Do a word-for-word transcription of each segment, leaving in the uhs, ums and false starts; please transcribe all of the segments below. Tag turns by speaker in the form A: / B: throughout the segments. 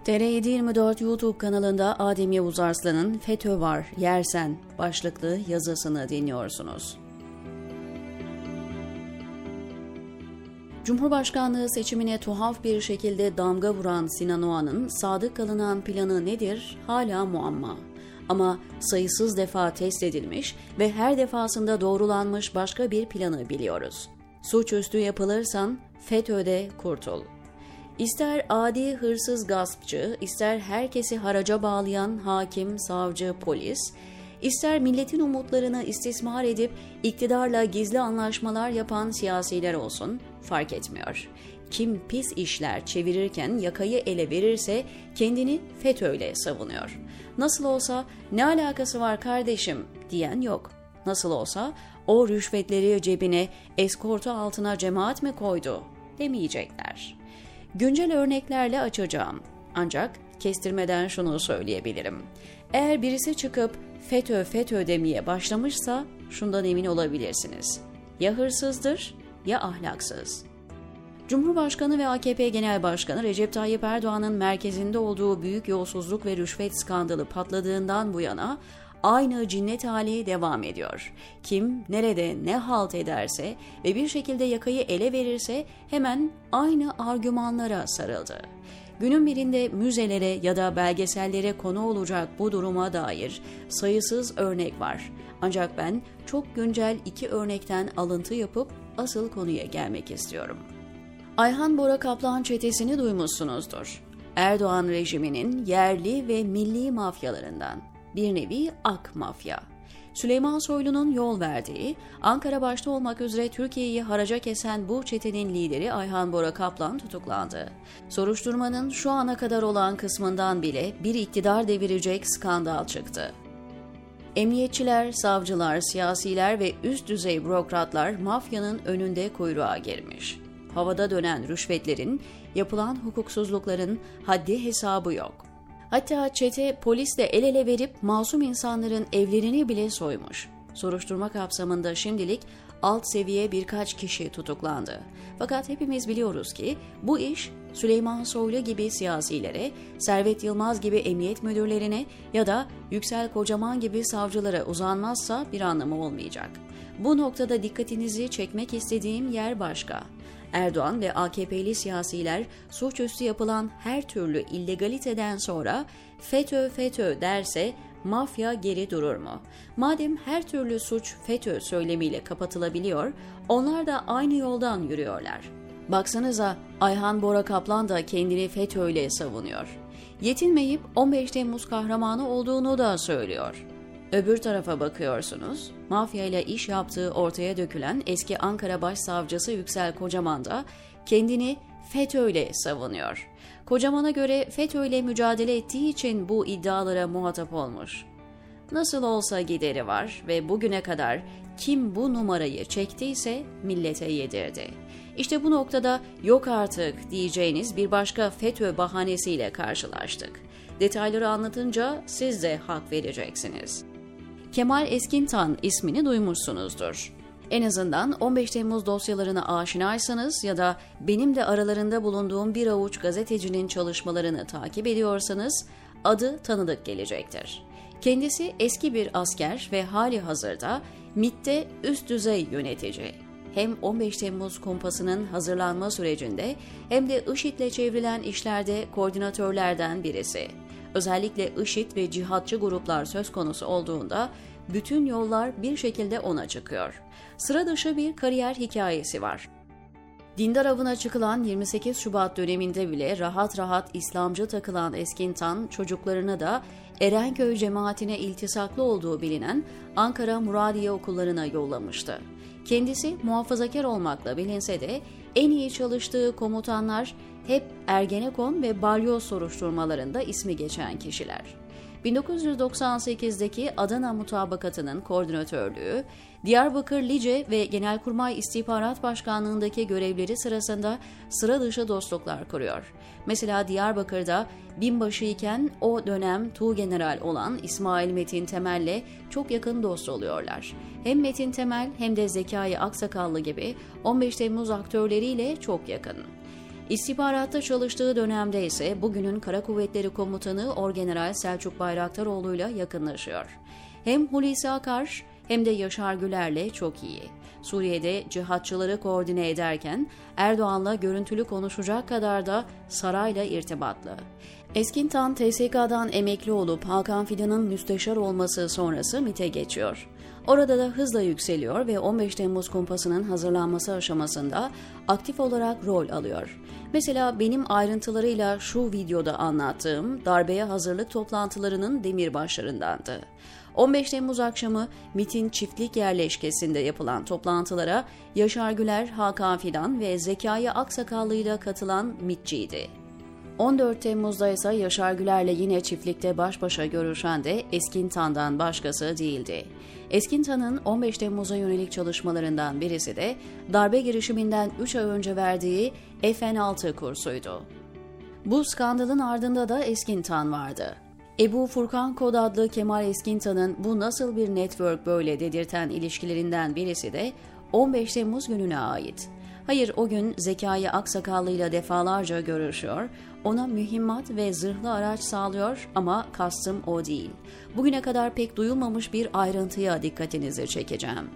A: T R yedi yirmi dört YouTube kanalında Adem Yavuz Arslan'ın "FETÖ var, yersen" başlıklı yazısını dinliyorsunuz. Cumhurbaşkanlığı seçimine tuhaf bir şekilde damga vuran Sinan Oğan'ın sadık kalınan planı nedir hala muamma. Ama sayısız defa test edilmiş ve her defasında doğrulanmış başka bir planı biliyoruz. Suçüstü yapılırsan FETÖ'de kurtul. İster adi hırsız gaspçı, ister herkesi haraca bağlayan hakim, savcı, polis, ister milletin umutlarını istismar edip iktidarla gizli anlaşmalar yapan siyasiler olsun, fark etmiyor. Kim pis işler çevirirken yakayı ele verirse kendini FETÖ'yle savunuyor. Nasıl olsa "ne alakası var kardeşim" diyen yok. Nasıl olsa "o rüşvetleri cebine, eskortu altına cemaat mi koydu" demeyecekler. Güncel örneklerle açacağım. Ancak kestirmeden şunu söyleyebilirim. Eğer birisi çıkıp FETÖ FETÖ demeye başlamışsa şundan emin olabilirsiniz. Ya hırsızdır ya ahlaksız. Cumhurbaşkanı ve A K P Genel Başkanı Recep Tayyip Erdoğan'ın merkezinde olduğu büyük yolsuzluk ve rüşvet skandalı patladığından bu yana aynı cinnet hali devam ediyor. Kim nerede ne halt ederse ve bir şekilde yakayı ele verirse hemen aynı argümanlara sarıldı. Günün birinde müzelere ya da belgesellere konu olacak bu duruma dair sayısız örnek var. Ancak ben çok güncel iki örnekten alıntı yapıp asıl konuya gelmek istiyorum. Ayhan Bora Kaplan çetesini duymuşsunuzdur. Erdoğan rejiminin yerli ve milli mafyalarından. Bir nevi ak mafya. Süleyman Soylu'nun yol verdiği, Ankara başta olmak üzere Türkiye'yi haraca kesen bu çetenin lideri Ayhan Bora Kaplan tutuklandı. Soruşturmanın şu ana kadar olan kısmından bile bir iktidar devirecek skandal çıktı. Emniyetçiler, savcılar, siyasiler ve üst düzey bürokratlar mafyanın önünde kuyruğa girmiş. Havada dönen rüşvetlerin, yapılan hukuksuzlukların haddi hesabı yok. Hatta çete polisle el ele verip masum insanların evlerini bile soymuş. Soruşturma kapsamında şimdilik alt seviye birkaç kişi tutuklandı. Fakat hepimiz biliyoruz ki bu iş Süleyman Soylu gibi siyasilere, Servet Yılmaz gibi emniyet müdürlerine ya da Yüksel Kocaman gibi savcılara uzanmazsa bir anlamı olmayacak. Bu noktada dikkatinizi çekmek istediğim yer başka. Erdoğan ve A K P'li siyasiler suçüstü yapılan her türlü illegaliteden sonra FETÖ FETÖ derse mafya geri durur mu? Madem her türlü suç FETÖ söylemiyle kapatılabiliyor, onlar da aynı yoldan yürüyorlar. Baksanıza Ayhan Bora Kaplan da kendini FETÖ'yle savunuyor. Yetinmeyip on beş Temmuz kahramanı olduğunu da söylüyor. Öbür tarafa bakıyorsunuz, mafyayla iş yaptığı ortaya dökülen eski Ankara Başsavcısı Yüksel Kocaman da kendini FETÖ'yle savunuyor. Kocaman'a göre FETÖ'yle mücadele ettiği için bu iddialara muhatap olmuş. Nasıl olsa gideri var ve bugüne kadar kim bu numarayı çektiyse millete yedirdi. İşte bu noktada yok artık diyeceğiniz bir başka FETÖ bahanesiyle karşılaştık. Detayları anlatınca siz de hak vereceksiniz. Kemal Eskintan ismini duymuşsunuzdur. En azından on beş Temmuz dosyalarına aşinaysanız ya da benim de aralarında bulunduğum bir avuç gazetecinin çalışmalarını takip ediyorsanız adı tanıdık gelecektir. Kendisi eski bir asker ve hali hazırda MİT'te üst düzey yönetici. Hem on beş Temmuz kumpasının hazırlanma sürecinde hem de IŞİD'le çevrilen işlerde koordinatörlerden birisi. Özellikle IŞİD ve cihatçı gruplar söz konusu olduğunda bütün yollar bir şekilde ona çıkıyor. Sıra dışı bir kariyer hikayesi var. Dindar avına çıkılan yirmi sekiz Şubat döneminde bile rahat rahat İslamcı takılan Eskintan çocuklarını da Erenköy cemaatine iltisaklı olduğu bilinen Ankara Muradiye okullarına yollamıştı. Kendisi muhafazakar olmakla bilinse de en iyi çalıştığı komutanlar hep Ergenekon ve Balyoz soruşturmalarında ismi geçen kişiler. bin dokuz yüz doksan sekizdeki Adana Mutabakatı'nın koordinatörlüğü, Diyarbakır Lice ve Genelkurmay İstihbarat Başkanlığındaki görevleri sırasında sıra dışı dostluklar kuruyor. Mesela Diyarbakır'da binbaşı iken o dönem Tuğgeneral olan İsmail Metin Temel'le çok yakın dost oluyorlar. Hem Metin Temel hem de Zekai Aksakallı gibi on beş Temmuz aktörleriyle çok yakın. İstihbaratta çalıştığı dönemde ise bugünün Kara Kuvvetleri Komutanı Orgeneral Selçuk Bayraktaroğlu'yla yakınlaşıyor. Hem Hulusi Akar hem de Yaşar Güler'le çok iyi. Suriye'de cihatçıları koordine ederken Erdoğan'la görüntülü konuşacak kadar da sarayla irtibatlı. Eskintan T S K'dan emekli olup Hakan Fidan'ın müsteşar olması sonrası MİT'e geçiyor. Orada da hızla yükseliyor ve on beş Temmuz kumpasının hazırlanması aşamasında aktif olarak rol alıyor. Mesela benim ayrıntılarıyla şu videoda anlattığım darbeye hazırlık toplantılarının demirbaşlarındandı. on beş Temmuz akşamı MİT'in çiftlik yerleşkesinde yapılan toplantılara Yaşar Güler, Hakan Fidan ve Zekai Aksakallı ile katılan MİT'ciydi. on dört Temmuz'da ise Yaşar Güler'le yine çiftlikte baş başa görüşen de Eskintan'dan başkası değildi. Eskintan'ın on beş Temmuz'a yönelik çalışmalarından birisi de darbe girişiminden üç ay önce verdiği F N altı kursuydu. Bu skandalın ardında da Eskintan vardı. Ebu Furkan Kod adlı Kemal Eskintan'ın bu nasıl bir network böyle dedirten ilişkilerinden birisi de on beş Temmuz gününe ait. Hayır, o gün Zekai Aksakallı ile defalarca görüşüyor, ona mühimmat ve zırhlı araç sağlıyor ama kastım o değil. Bugüne kadar pek duyulmamış bir ayrıntıya dikkatinizi çekeceğim.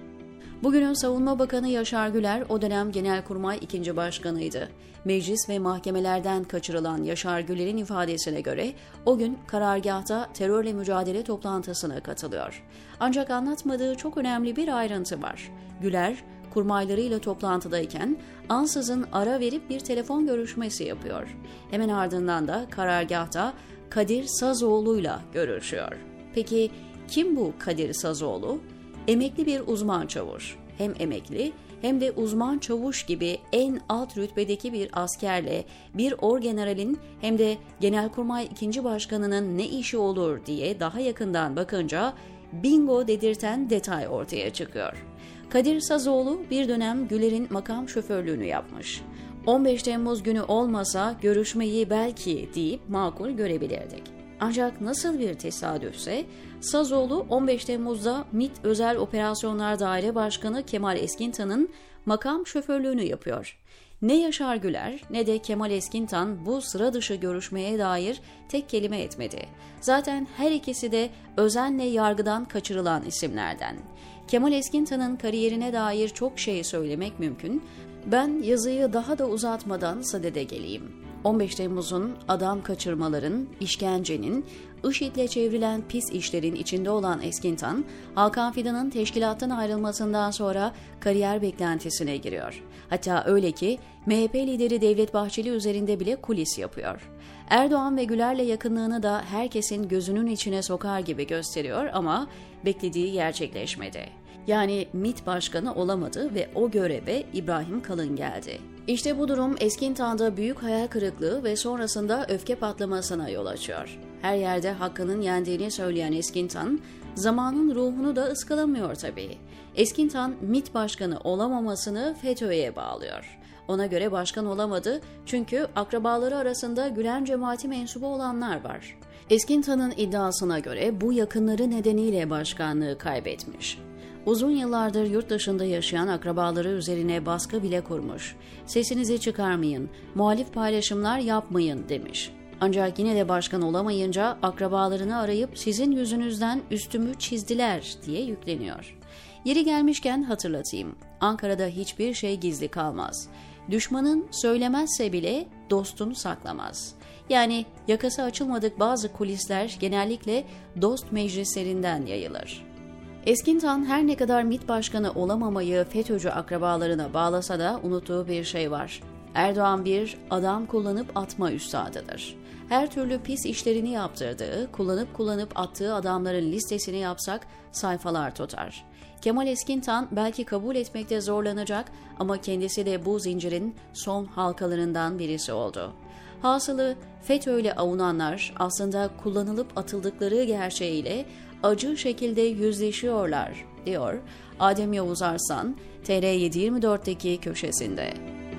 A: Bugünün Savunma Bakanı Yaşar Güler o dönem Genelkurmay ikinci Başkanıydı. Meclis ve mahkemelerden kaçırılan Yaşar Güler'in ifadesine göre o gün karargâhta terörle mücadele toplantısına katılıyor. Ancak anlatmadığı çok önemli bir ayrıntı var. Güler, kurmaylarıyla toplantıdayken ansızın ara verip bir telefon görüşmesi yapıyor. Hemen ardından da karargâhta Kadir Sazoğlu'yla görüşüyor. Peki kim bu Kadir Sazoğlu? Emekli bir uzman çavuş. Hem emekli hem de uzman çavuş gibi en alt rütbedeki bir askerle bir orgeneralin hem de Genelkurmay ikinci Başkanı'nın ne işi olur diye daha yakından bakınca bingo dedirten detay ortaya çıkıyor. Kadir Sazoğlu bir dönem Güler'in makam şoförlüğünü yapmış. on beş Temmuz günü olmasa görüşmeyi belki deyip makul görebilirdik. Ancak nasıl bir tesadüfse Sazoğlu on beş Temmuz'da MİT Özel Operasyonlar Daire Başkanı Kemal Eskintan'ın makam şoförlüğünü yapıyor. Ne Yaşar Güler ne de Kemal Eskintan bu sıra dışı görüşmeye dair tek kelime etmedi. Zaten her ikisi de özenle yargıdan kaçırılan isimlerden. Kemal Eskintan'ın kariyerine dair çok şey söylemek mümkün. Ben yazıyı daha da uzatmadan sadede geleyim. on beş Temmuz'un, adam kaçırmaların, işkencenin, IŞİD'le çevrilen pis işlerin içinde olan Eskintan, Hakan Fidan'ın teşkilattan ayrılmasından sonra kariyer beklentisine giriyor. Hatta öyle ki M H P lideri Devlet Bahçeli üzerinde bile kulis yapıyor. Erdoğan ve Güler'le yakınlığını da herkesin gözünün içine sokar gibi gösteriyor ama beklediği gerçekleşmedi. Yani MİT Başkanı olamadı ve o göreve İbrahim Kalın geldi. İşte bu durum Eskintan'da büyük hayal kırıklığı ve sonrasında öfke patlamasına yol açıyor. Her yerde hakkının yendiğini söyleyen Eskintan, zamanın ruhunu da ıskalamıyor tabii. Eskintan, MİT Başkanı olamamasını FETÖ'ye bağlıyor. Ona göre başkan olamadı çünkü akrabaları arasında Gülen cemaati mensubu olanlar var. Eskintan'ın iddiasına göre bu yakınları nedeniyle başkanlığı kaybetmiş. Uzun yıllardır yurt dışında yaşayan akrabaları üzerine baskı bile kurmuş. Sesinizi çıkarmayın, muhalif paylaşımlar yapmayın demiş. Ancak yine de başkan olamayınca akrabalarını arayıp sizin yüzünüzden üstümü çizdiler diye yükleniyor. Yeri gelmişken hatırlatayım, Ankara'da hiçbir şey gizli kalmaz. Düşmanın söylemezse bile dostun saklamaz. Yani yakası açılmadık bazı kulisler genellikle dost meclislerinden yayılır. Eskintan her ne kadar MİT Başkanı olamamayı FETÖ'cü akrabalarına bağlasa da unuttuğu bir şey var. Erdoğan bir adam kullanıp atma üstadıdır. Her türlü pis işlerini yaptırdığı, kullanıp kullanıp attığı adamların listesini yapsak sayfalar tutar. Kemal Eskintan belki kabul etmekte zorlanacak ama kendisi de bu zincirin son halkalarından birisi oldu. Hasılı FETÖ'yle avunanlar aslında kullanılıp atıldıkları gerçeğiyle acı şekilde yüzleşiyorlar, diyor Adem Yavuz Arslan, T R yedi yirmi dörtteki köşesinde.